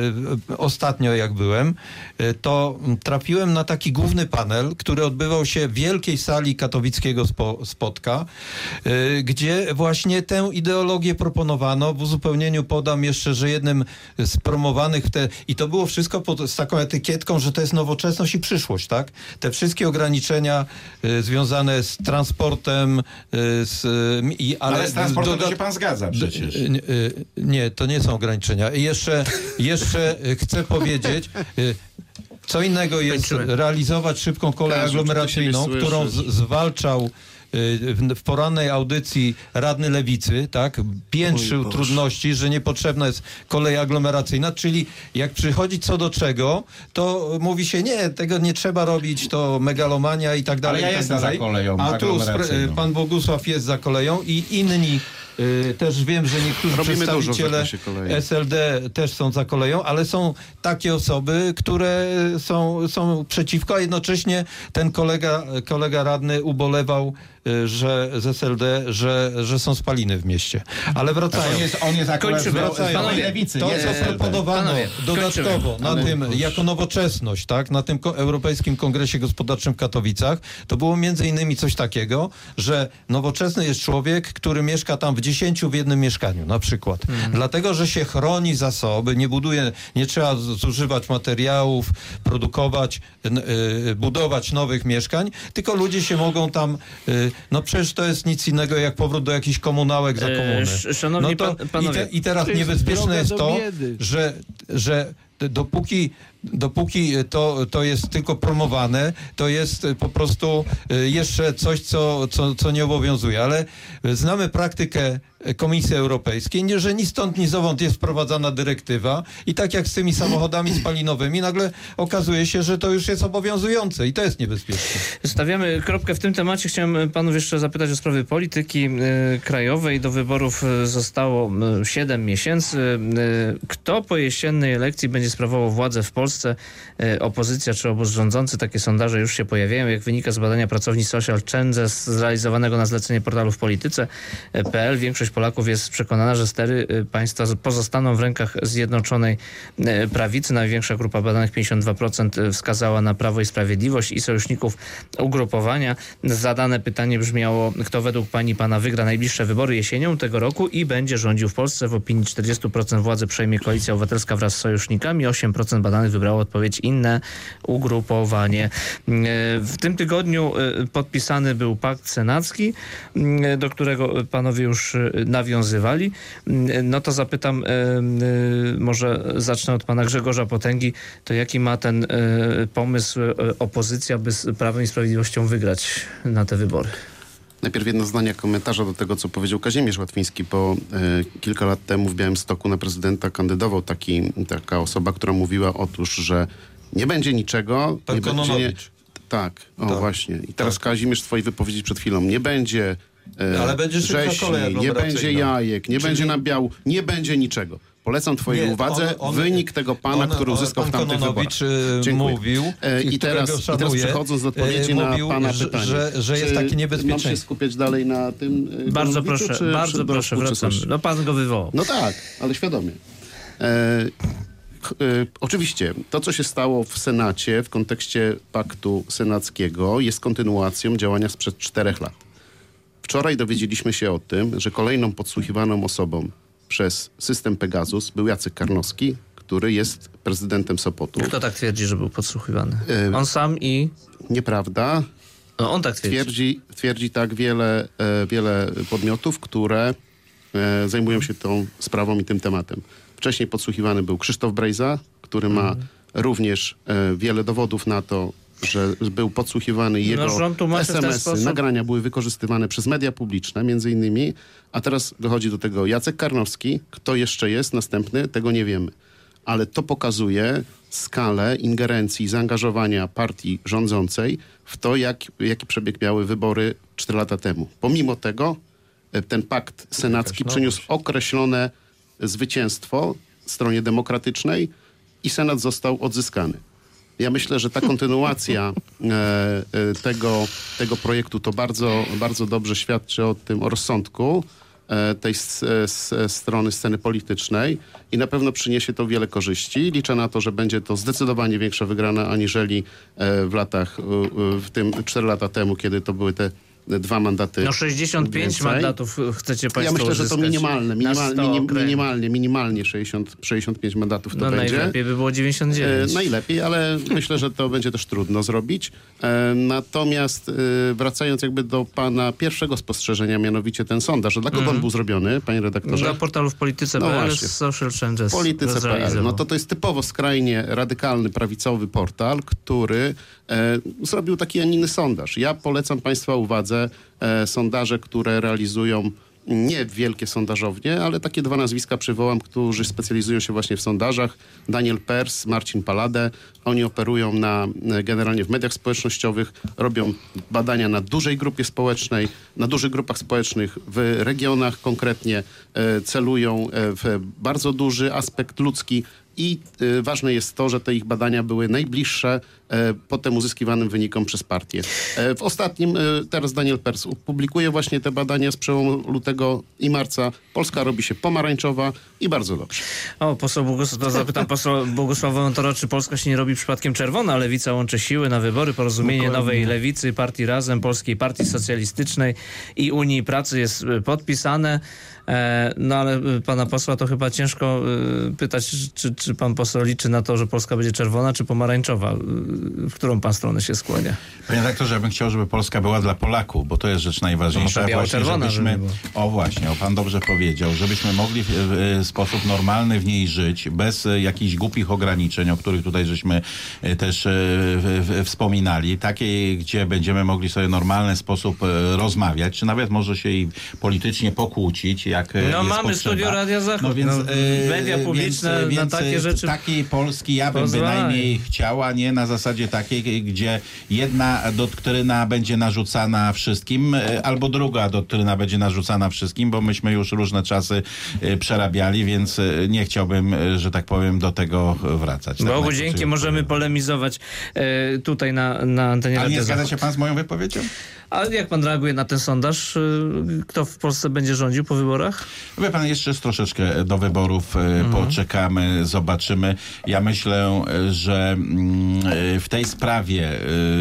y, ostatnio jak byłem, y, to trafiłem na taki główny panel, który odbywał się w wielkiej sali katowickiego spo, spotka, y, gdzie właśnie tę ideologię proponowano. W uzupełnieniu podam jeszcze, że jednym z promowanych te, i to było wszystko pod, z taką etykietką, że to jest nowoczesność i przyszłość, tak? Te wszystkie ograniczenia y, związane z transportem, y, z, y, i, ale, Ale z transportem to dodat- się pan zgadza przecież. Y, y, Nie, to nie są ograniczenia. I jeszcze, jeszcze y, chcę powiedzieć, y, co innego jest Kończymy. realizować szybką kolej Kaziu, czy ty aglomeracyjną, siebie którą z, słyszysz? zwalczał y, w, w porannej audycji radny Lewicy, tak, piętrzył trudności, że niepotrzebna jest kolej aglomeracyjna, czyli jak przychodzi co do czego, to mówi się, nie, tego nie trzeba robić, to megalomania i tak dalej. ja i tak jestem za dalej. koleją A tu spre- aglomeracyjną. pan Bogusław jest za koleją i inni y, też wiem, że niektórzy Robimy dużo w przedstawiciele zakresie kolei. S L D też są za koleją, ale są takie osoby, które są, są przeciwko, a jednocześnie ten kolega, kolega radny ubolewał, y, że z S L D, że, że są spaliny w mieście. Ale On wracając. jest, on jest akurat Kończymy. z Wracając. Panowie, lewicy. To, nie co z S L D. proponowano Panowie, dodatkowo kończymy. na Ale tym, już. jako nowoczesność, tak, na tym ko- Europejskim Kongresie Gospodarczym w Katowicach, to było między innymi coś takiego, że nowoczesny jest człowiek, który mieszka tam w dziesięciu w jednym mieszkaniu, na przykład. Dlatego, że się chroni zasoby, nie buduje, nie trzeba z- zużywać materiałów, produkować, n- y, budować nowych mieszkań, tylko ludzie się mogą tam, y, no przecież to jest nic innego jak powrót do jakichś komunałek za E, komuny. sz- szanowni no to, pan- panowie, i, te, I teraz to jest niebezpieczne droga jest do to, biedy. że, że dopóki, dopóki to, to jest tylko promowane, to jest po prostu y, jeszcze coś, co, co, co nie obowiązuje. Ale znamy praktykę Komisji Europejskiej, nie, że ni stąd, ni zowąd jest wprowadzana dyrektywa i tak jak z tymi samochodami spalinowymi, nagle okazuje się, że to już jest obowiązujące i to jest niebezpieczne. Stawiamy kropkę w tym temacie. Chciałem panów jeszcze zapytać o sprawy polityki y, krajowej. Do wyborów y, zostało siedem miesięcy. Y, kto po jesiennej elekcji będzie sprawował władzę w Polsce? Polsce opozycja czy obóz rządzący, takie sondaże już się pojawiają. Jak wynika z badania pracowni Social Changes zrealizowanego na zlecenie portalu w polityce kropka p l, większość Polaków jest przekonana, że stery państwa pozostaną w rękach Zjednoczonej Prawicy. Największa grupa badanych, pięćdziesiąt dwa procent, wskazała na Prawo i Sprawiedliwość i sojuszników ugrupowania. Zadane pytanie brzmiało: kto według pani pana wygra najbliższe wybory jesienią tego roku i będzie rządził w Polsce? W opinii czterdzieści procent władzy przejmie Koalicja Obywatelska wraz z sojusznikami. osiem procent badanych wybrało odpowiedź inne ugrupowanie. W tym tygodniu podpisany był pakt senacki, do którego panowie już nawiązywali. No to zapytam, może zacznę od pana Grzegorza Potęgi, to jaki ma ten pomysł opozycja, by z Prawem i Sprawiedliwością wygrać na te wybory? Najpierw jedno zdanie komentarza do tego, co powiedział Kazimierz Łatwiński, bo e, kilka lat temu w Białymstoku na prezydenta kandydował taki, taka osoba, która mówiła otóż, że nie będzie niczego. Pan nie Kononowicz. będzie, nie, tak, o tak, właśnie. I teraz tak. Kazimierz w swojej wypowiedzi przed chwilą, nie będzie e, ale będzie rzeźni, nie będzie jajek, nie Czyli... będzie nabiału, nie będzie niczego. Polecam twojej nie, uwadze on, on, wynik tego pana, on, który uzyskał on, w tamtych wyborach. Dziękuję. Mówił, e, i, teraz, I teraz przechodząc do odpowiedzi e, mówił, na pana że, pytanie. Że, że jest takie niebezpieczeństwo. Mam się skupiać dalej na tym? E, bardzo proszę, czy, bardzo czy proszę, wracam. No pan go wywołał. No tak, ale świadomie. E, ch, e, oczywiście, to co się stało w Senacie w kontekście paktu senackiego jest kontynuacją działania sprzed czterech lat. Wczoraj dowiedzieliśmy się o tym, że kolejną podsłuchiwaną osobą przez system Pegasus był Jacek Karnowski, który jest prezydentem Sopotu. Kto tak twierdzi, że był podsłuchiwany? E, on sam i... Nieprawda. No, on tak twierdzi. Twierdzi, twierdzi tak wiele, e, wiele podmiotów, które e, zajmują się tą sprawą i tym tematem. Wcześniej podsłuchiwany był Krzysztof Brejza, który ma mm. również e, wiele dowodów na to, że był podsłuchiwany i jego no, es em esy, nagrania były wykorzystywane przez media publiczne między innymi, a teraz dochodzi do tego Jacek Karnowski. Kto jeszcze jest następny, tego nie wiemy. Ale to pokazuje skalę ingerencji, zaangażowania partii rządzącej w to, jak, jaki przebieg miały wybory cztery lata temu. Pomimo tego ten pakt senacki przyniósł określone zwycięstwo stronie demokratycznej i Senat został odzyskany. Ja myślę, że ta kontynuacja e, e, tego, tego projektu to bardzo, bardzo dobrze świadczy o tym, o rozsądku e, tej s, s, strony sceny politycznej i na pewno przyniesie to wiele korzyści. Liczę na to, że będzie to zdecydowanie większa wygrana aniżeli e, w latach, e, w tym cztery lata temu, kiedy to były te dwa mandaty. No sześćdziesiąt pięć więcej. Mandatów chcecie państwo Ja myślę, uzyskać. że to minimalne, minimal, minim, minimalnie, minimalnie sześćdziesiąt, sześćdziesiąt pięć mandatów to no będzie. Najlepiej by było dziewięćdziesiąt dziewięć. E, najlepiej, ale myślę, że to będzie też trudno zrobić. E, natomiast e, wracając jakby do pana pierwszego spostrzeżenia, mianowicie ten sondaż, że dla kogo mm. on był zrobiony, panie redaktorze? Dla portalu w polityce kropka p l, no Social Changes. polityce kropka p l. No to to jest typowo skrajnie radykalny, prawicowy portal, który e, zrobił taki, a inny sondaż. Ja polecam państwa uwadze e, sondaże, które realizują nie wielkie sondażownie, ale takie dwa nazwiska przywołam, którzy specjalizują się właśnie w sondażach. Daniel Pers, Marcin Palade. Oni operują na, generalnie w mediach społecznościowych, robią badania na dużej grupie społecznej, na dużych grupach społecznych w regionach konkretnie, e, celują w bardzo duży aspekt ludzki. I y, ważne jest to, że te ich badania były najbliższe e, potem uzyskiwanym wynikom przez partię. E, w ostatnim, e, teraz Daniel Pers publikuje właśnie te badania z przełomu lutego i marca. Polska robi się pomarańczowa i bardzo dobrze. O, poseł Bogusław, to zapytam posła Bogusława Wątora, czy Polska się nie robi przypadkiem czerwona? Lewica łączy siły na wybory, porozumienie Dokładnie. Nowej Lewicy, Partii Razem, Polskiej Partii Socjalistycznej i Unii Pracy jest podpisane. No ale pana posła to chyba ciężko pytać, czy, czy pan poseł liczy na to, że Polska będzie czerwona, czy pomarańczowa? W którą pan stronę się skłania? Panie redaktorze, ja bym chciał, żeby Polska była dla Polaków, bo to jest rzecz najważniejsza. No, właśnie, żebyśmy, o właśnie, o pan dobrze powiedział, żebyśmy mogli w, w sposób normalny w niej żyć, bez jakichś głupich ograniczeń, o których tutaj żeśmy też w, w, wspominali, takiej, gdzie będziemy mogli sobie w normalny sposób rozmawiać, czy nawet może się i politycznie pokłócić, jak no jest mamy potrzeba. Studio Radia Zachód. No więc, no, media publiczne więc, na więc takie rzeczy takiej Polski ja bym pozwalają. bynajmniej chciała, nie na zasadzie zasadzie takiej, gdzie jedna doktryna będzie narzucana wszystkim, albo druga doktryna będzie narzucana wszystkim, bo myśmy już różne czasy przerabiali, więc nie chciałbym, że tak powiem, do tego wracać. Bogu tak dzięki, możemy polemizować e, tutaj na, na antenie. Ale nie zgadza się pan z moją wypowiedzią? A jak pan reaguje na ten sondaż? Kto w Polsce będzie rządził po wyborach? Wie pan, jeszcze z troszeczkę do wyborów mhm. poczekamy, zobaczymy. Ja myślę, że w tej sprawie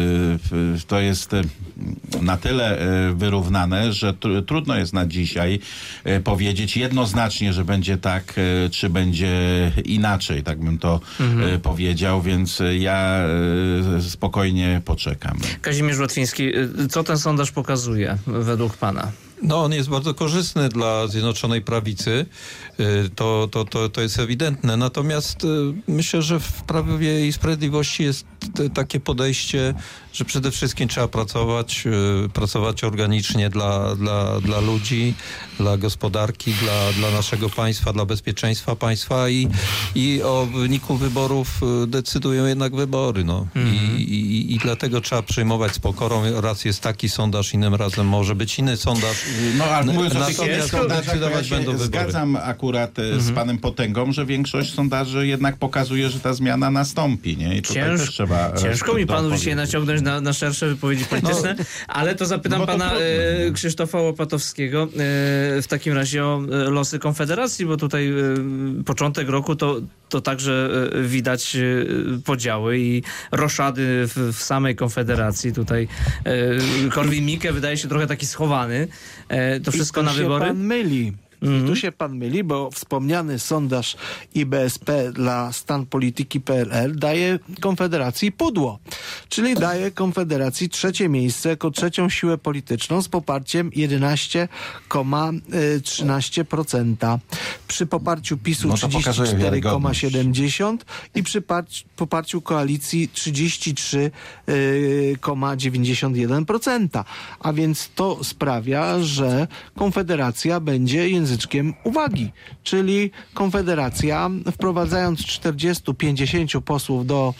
to jest na tyle wyrównane, że tr- trudno jest na dzisiaj powiedzieć jednoznacznie, że będzie tak, czy będzie inaczej, tak bym to mhm. powiedział, więc ja spokojnie poczekam. Kazimierz Łatwiński, co ten sondaż pokazuje według pana? No, on jest bardzo korzystny dla Zjednoczonej Prawicy. To, to, to, to jest ewidentne. Natomiast myślę, że w Prawie i Sprawiedliwości jest takie podejście, że przede wszystkim trzeba pracować, pracować organicznie dla, dla, dla ludzi, dla gospodarki, dla, dla naszego państwa, dla bezpieczeństwa państwa i, i o wyniku wyborów decydują jednak wybory. No. Mm. I, i, I dlatego trzeba przyjmować z pokorą. Raz jest taki sondaż, innym razem może być inny sondaż. No, ale mówiąc o tych sondażach, ja się zgadzam akurat mm-hmm. z panem Potęgą, że większość sondaży jednak pokazuje, że ta zmiana nastąpi. Nie? I tutaj Cięż, też trzeba ciężko mi panu dzisiaj naciągnąć na, na szersze wypowiedzi polityczne, no, ale to zapytam no to pana e, Krzysztofa Łopatowskiego e, w takim razie o e, losy Konfederacji, bo tutaj e, początek roku to, to także e, widać e, podziały i roszady w, w samej Konfederacji. Tutaj e, Korwin-Mikke wydaje się trochę taki schowany. E, to wszystko I na wybory? Pan myli. Mm-hmm. I tu się pan myli, bo wspomniany sondaż I B S P dla stan polityki kropka P L L daje Konfederacji pudło. Czyli daje Konfederacji trzecie miejsce jako trzecią siłę polityczną z poparciem jedenaście przecinek trzynaście procent. Przy poparciu PiSu no trzydzieści cztery przecinek siedemdziesiąt procent i przy parci- poparciu koalicji trzydzieści trzy przecinek dziewięćdziesiąt jeden procent. A więc to sprawia, że Konfederacja będzie językiem uwagi, czyli Konfederacja, wprowadzając czterdzieści do pięćdziesięciu posłów do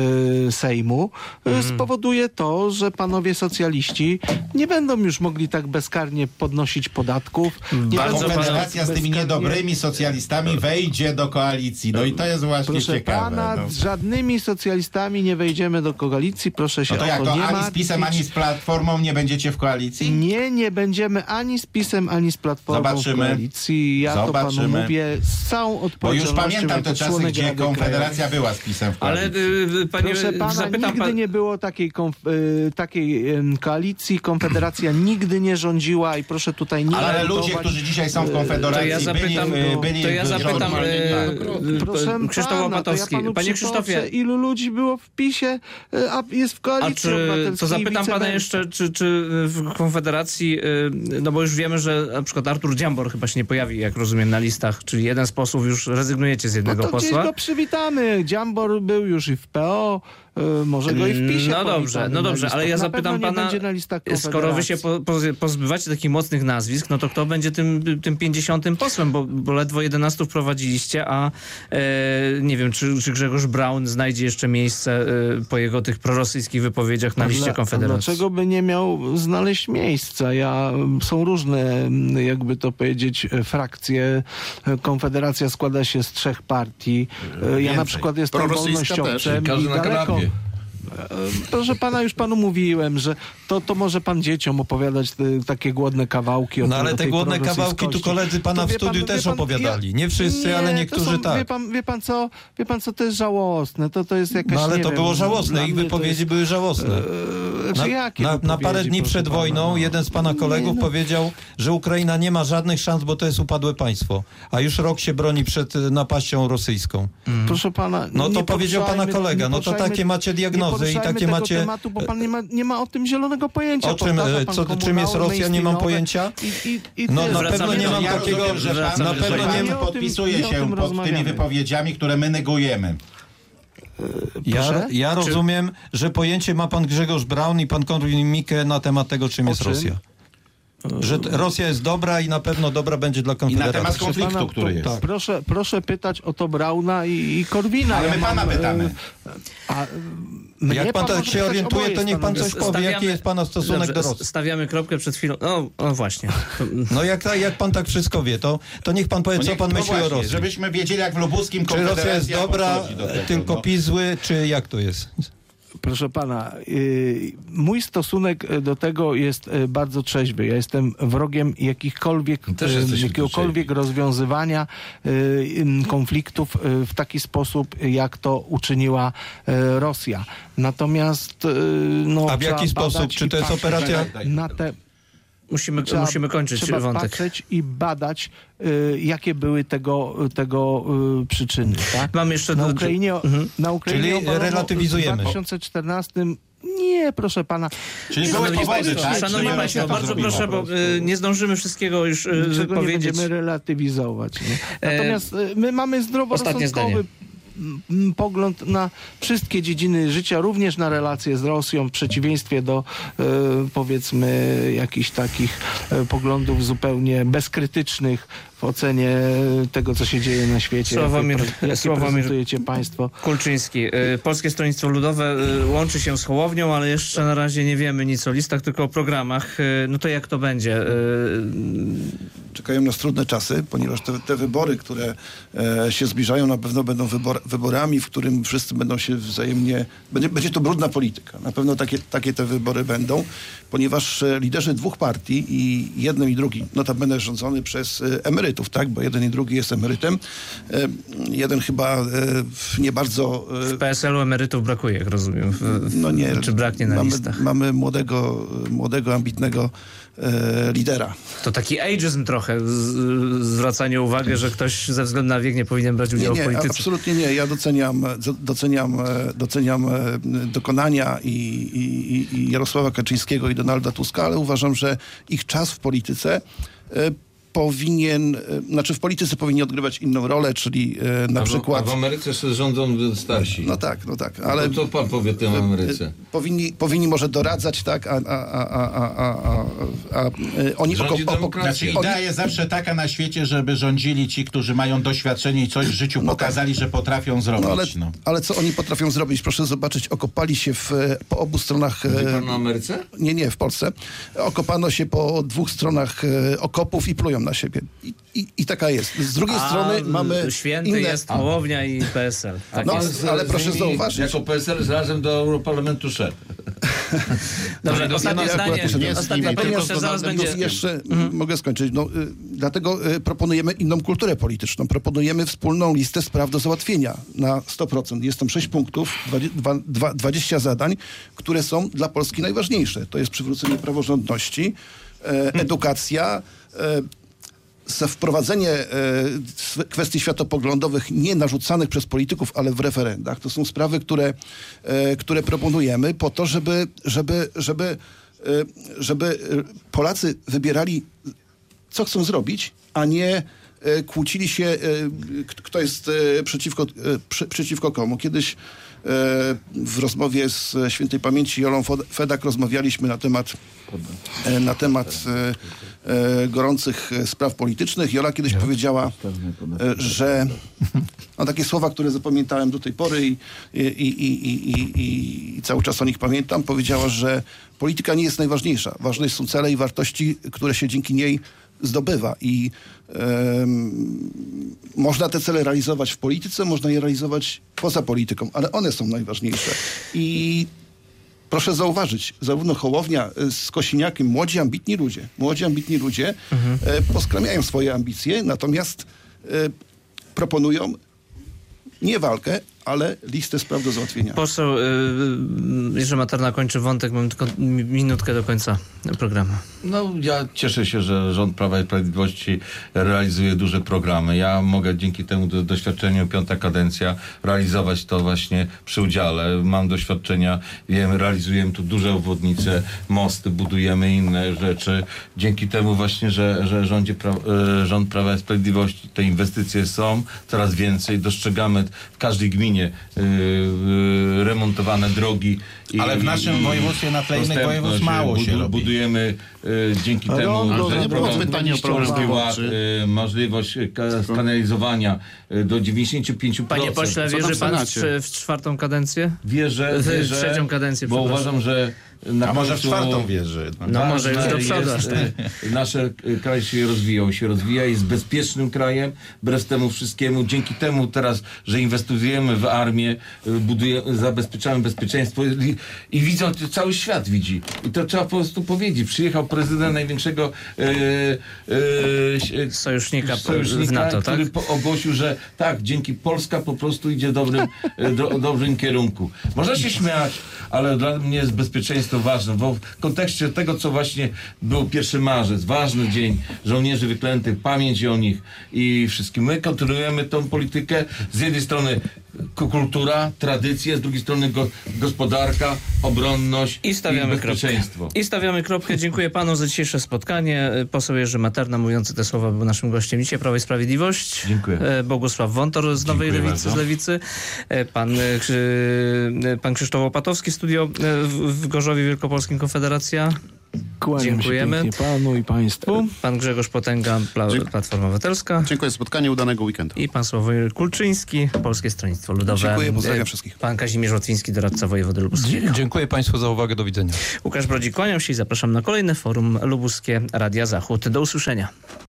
y, Sejmu, mm. spowoduje to, że panowie socjaliści nie będą już mogli tak bezkarnie podnosić podatków. Nie będą Konfederacja z tymi bezkarnie... niedobrymi socjalistami wejdzie do koalicji. No i to jest właśnie proszę ciekawe. Pana, no. z żadnymi socjalistami nie wejdziemy do koalicji, proszę się no to o jak to to nie ani martwić. z PiS-em, ani z Platformą nie będziecie w koalicji? Nie, nie będziemy ani z PiS-em, ani z Platformą Zobaczymy. w koalicji. Ja Zobaczymy. to panu mówię z całą odpowiedzialnością. Bo już pamiętam te czasy, gdzie Rady Konfederacja Krajowej. była z PiS-em w koalicji. Ale y, panie, proszę pana, zapytam nigdy pan... nie było takiej, konf- y, takiej y, koalicji. Konfederacja nigdy nie rządziła i proszę tutaj nie Ale ludzie, którzy dzisiaj są w Konfederacji, to ja zapytam, byli, byli to ja zapytam w proszę Krzysztof Łopatowski. Ja Panie Krzysztofie, ilu ludzi było w PiSie, a jest w koalicji obywatelskiej? To zapytam pana jeszcze, czy, czy w Konfederacji, no bo już wiemy, że na przykład Artur Dziambor chyba się nie pojawi, jak rozumiem, na listach, czyli jeden z posłów już rezygnujecie z jednego no to posła. gdzieś go przywitamy. Dziambor był już i w P O, może go i w PiSie. No dobrze, no dobrze, ale ja zapytam pana, skoro wy się po, po, pozbywacie takich mocnych nazwisk, no to kto będzie tym, tym pięćdziesiątym posłem, bo, bo ledwo jedenastu wprowadziliście, a e, nie wiem, czy, czy Grzegorz Braun znajdzie jeszcze miejsce e, po jego tych prorosyjskich wypowiedziach na liście Dla, Konfederacji. Dlaczego by nie miał znaleźć miejsca? Ja, są różne, jakby to powiedzieć, frakcje. Konfederacja składa się z trzech partii. Ja Więcej. na przykład jestem wolnościowcem i daleko... Proszę pana, już panu mówiłem, że to, to może pan dzieciom opowiadać te, takie głodne kawałki. No ale te głodne kawałki tu koledzy pana w studiu pan, też pan, opowiadali. Nie wszyscy, nie, ale niektórzy są, tak. Wie pan, wie, pan co, wie pan co, to jest żałosne. To, to jest jakaś, no ale nie to wiem, było żałosne. Ich wypowiedzi jest, były żałosne. Yy, na, na, na parę dni przed wojną pana, no. jeden z pana kolegów nie, no. powiedział, że Ukraina nie ma żadnych szans, bo to jest upadłe państwo. A już rok się broni przed napaścią rosyjską. Mm. Proszę pana, no to powiedział pana kolega. No to takie macie diagnozy i takie macie... tematu, bo pan nie ma, nie ma o tym zielonego pojęcia. O czym, co, czym jest Rosja, nie mam pojęcia? I, i, i no na pewno nie mam ja takiego, rozumiem, że pan, na pewno że nie podpisuje się pod tymi wypowiedziami, które my negujemy. Ja, ja rozumiem, że pojęcie ma pan Grzegorz Braun i pan Korwin-Mikke na temat tego, czym jest czym? Rosja. Że Rosja jest dobra i na pewno dobra będzie dla Konfederacji. I na temat konfliktu, pana, który jest. Tak. Proszę, proszę pytać o to Brauna i, i Korwina. Ale ja my pana mam, pytamy. A, mnie Jak pan tak się orientuje, to niech pan coś powie, Stawiamy- jaki jest pana stosunek Dobrze, do Rosji. Stawiamy kropkę przed chwilą. No, no właśnie. No jak, jak pan tak wszystko wie, to, to niech pan powie, No co niech- pan no myśli właśnie, o Rosji. żebyśmy wiedzieli, jak w lubuskim Czy Rosja jest Konfederacja dobra, podchodzi do tego, tylko no. PiS zły, czy jak to jest? Proszę pana, yy, mój stosunek do tego jest yy, bardzo trzeźwy. Ja jestem wrogiem jakichkolwiek, Też yy, jesteśmy jakiegokolwiek rozwiązywania yy, yy, konfliktów yy, w taki sposób, jak to uczyniła yy, Rosja. Natomiast yy, no, A w jaki trzeba sposób? badać Czy i to jest patrzeć operacja? na te... Musimy, Trzeba, musimy kończyć trzeba wątek. patrzeć i badać, y, jakie były tego, tego y, przyczyny. Tak? Mam jeszcze Na do- Ukrainie, Mhm. na Ukrainie Czyli obalono relatywizujemy. w dwa tysiące czternastym Nie, proszę pana. Czyli były Szanowni powody, Państwo, tak? szanowni Trzeba Państwo, się to bardzo zrobiło proszę, po bo prostu. y, nie zdążymy wszystkiego już y, Niczego nie powiedzieć. będziemy relatywizować. Nie? E, Natomiast y, my mamy Ostatnie zdroworozsądkowy zdanie. m, pogląd na wszystkie dziedziny życia, również na relacje z Rosją, w przeciwieństwie do e, powiedzmy jakichś takich e, poglądów zupełnie bezkrytycznych w ocenie tego, co się dzieje na świecie. Sławomir- jakie, pre- jakie Sławomir- prezentujecie państwo. Kulczyński. Y, Polskie Stronnictwo Ludowe y, łączy się z Hołownią, ale jeszcze na razie nie wiemy nic o listach, tylko o programach. Y, No to jak to będzie? Y, Czekają nas trudne czasy, ponieważ te, te wybory, które e, się zbliżają, na pewno będą wybor, wyborami, w którym wszyscy będą się wzajemnie... Będzie, będzie to brudna polityka. Na pewno takie, takie te wybory będą, ponieważ e, liderzy dwóch partii, i jeden i drugi, notabene rządzony przez e, emerytów, tak? Bo jeden i drugi jest emerytem. E, jeden chyba e, nie bardzo... E, w P S L-u emerytów brakuje, jak rozumiem. W, w, no nie, czy braknie na mamy, listach? Mamy młodego, młodego, ambitnego e, lidera. To taki ageism trochę, z, zwracanie uwagi, że ktoś ze względu na wiek nie powinien brać Nie, udziału w nie, polityce. absolutnie nie. Ja doceniam, doceniam, doceniam dokonania i, i, i Jarosława Kaczyńskiego i Donalda Tuska, ale uważam, że ich czas w polityce e, powinien, e, znaczy w polityce powinni odgrywać inną rolę, czyli e, na a w, przykład... A w Ameryce jeszcze rządzą starsi. No tak, no tak, ale... No to pan powie tym o Ameryce. Powinni, powinni może doradzać, tak, a, a, a, a, a, a, a, a oni... Rządzi oko- oko- demokracja. Znaczy oni- idea jest zawsze taka na świecie, żeby rządzili ci, którzy mają doświadczenie i coś w życiu No pokazali, że potrafią zrobić. No ale, no. ale co oni potrafią zrobić? Proszę zobaczyć, okopali się w, po obu stronach... e, Mówi pan na Ameryce? Nie, nie, w Polsce. Okopano się po dwóch stronach e, okopów i plują na siebie. I, i, i taka jest. Z drugiej A strony mamy święty inne... jest Hołownia i P S L. Tak No, jest. ale z proszę nimi zauważyć. Jako P S L razem do Europarlamentu szedł. Dobrze, ostatnie ja zdanie. akurat nie Ostatnie, zgadzam. panie Natomiast pośle, zaraz Donaldem będzie... Jeszcze mhm. mogę skończyć. No, y, dlatego y, proponujemy inną kulturę polityczną. Proponujemy wspólną listę spraw do załatwienia na sto procent. Jest tam sześć punktów, dwadzieścia zadań, które są dla Polski najważniejsze. To jest przywrócenie praworządności, e, edukacja, e, za wprowadzenie e, sw- kwestii światopoglądowych nie narzucanych przez polityków, ale w referendach. To są sprawy, które, e, które proponujemy po to, żeby, żeby, żeby, e, żeby e, Polacy wybierali, co chcą zrobić, a nie e, kłócili się, e, k- kto jest e, przeciwko, e, przy, przeciwko komu. Kiedyś e, w rozmowie z e, świętej pamięci Jolą Fod- Fedak rozmawialiśmy na temat e, na temat e, e, gorących e, spraw politycznych. Jola kiedyś powiedziała, e, że no, takie słowa, które zapamiętałem do tej pory i, i, i, i, i, i cały czas o nich pamiętam, powiedziała, że polityka nie jest najważniejsza. Ważne są cele i wartości, które się dzięki niej zdobywa i em, można te cele realizować w polityce, można je realizować poza polityką, ale one są najważniejsze. I proszę zauważyć, zarówno Hołownia e, z Kosiniakiem, młodzi, ambitni ludzie, młodzi, ambitni ludzie mhm. e, poskramiają swoje ambicje, natomiast e, proponują nie walkę, ale listę spraw do załatwienia. Poseł y, Jerzy Materna kończy wątek, mam tylko mi- minutkę do końca programu. No, ja cieszę się, że rząd Prawa i Sprawiedliwości realizuje duże programy. Ja mogę dzięki temu do, doświadczeniu, piąta kadencja, realizować to właśnie przy udziale. Mam doświadczenia, wiem, realizujemy tu duże obwodnice, mosty, budujemy inne rzeczy. Dzięki temu właśnie, że, że rządzie pra, e, rząd Prawa i Sprawiedliwości te inwestycje są coraz więcej. Dostrzegamy w każdej gminie codziennie y, y, remontowane drogi. I, Ale w naszym i, województwie na tle innych województw y, mało budu, się robi. Budujemy y, dzięki Ale temu, on- że to nie było program- pytanie o program Polski Ład, wyborczy. y, możliwość y, ka- skanalizowania y, do dziewięćdziesiąt pięć procent. Panie pośle, Co tam wierzy w pan w, Senacie? trz- w czwartą kadencję? Wierzę, W wierzę, trzecią kadencję, bo przepraszam. uważam, że na A może w końcu czwartą wierzy. No może już do przodu aż jest, tak. y, Nasze y, kraj się rozwijał, się rozwija, jest bezpiecznym krajem, wbrew temu wszystkiemu. Dzięki temu teraz, że inwestujemy w armię, y, budujemy, zabezpieczamy bezpieczeństwo i, i widzą, to cały świat widzi. I to trzeba po prostu powiedzieć. Przyjechał prezydent największego y, y, Sojusznika, sojusznika w NATO, tak? który po- ogłosił, że tak, dzięki Polska po prostu idzie dobrym, e, do, dobrym kierunku. Można się śmiać, ale dla mnie jest bezpieczeństwo ważne, bo w kontekście tego, co właśnie był pierwszy marzec, ważny dzień żołnierzy wyklętych, pamięć o nich i wszystkim. My kontynuujemy tą politykę. Z jednej strony ku- kultura, tradycje, z drugiej strony go, gospodarka, obronność I stawiamy bezpieczeństwo. kropkę. I stawiamy kropkę. Dziękuję panu za dzisiejsze spotkanie. Poseł Jerzy Materna, mówiący te słowa, był naszym gościem dzisiaj. Prawo i Sprawiedliwość. Dziękuję. E, Bogusław Wontor z Nowej Dziękuję Lewicy, bardzo. z Lewicy. E, Pan, e, Krzy, e, pan Krzysztof Opatowski, studio e, w, w Gorzowie Wielkopolskim Konfederacja. Kłaniam Dziękujemy. się pięknie panu i państwu. Pan Grzegorz Potęga, Pla, Dziękuję. Platforma Obywatelska. Dziękuję za spotkanie, udanego weekendu. I pan Sławomir Kulczyński, Polskie Stronnictwo Ludowe. Dziękuję, pozdrawiam E, wszystkich. Pan Kazimierz Łotwiński, doradca wojewody lubuskiego. Dziękuję państwu za uwagę. Do widzenia. Łukasz Brodzik, kłaniam się i zapraszam na kolejne forum Lubuskie Radia Zachód. Do usłyszenia.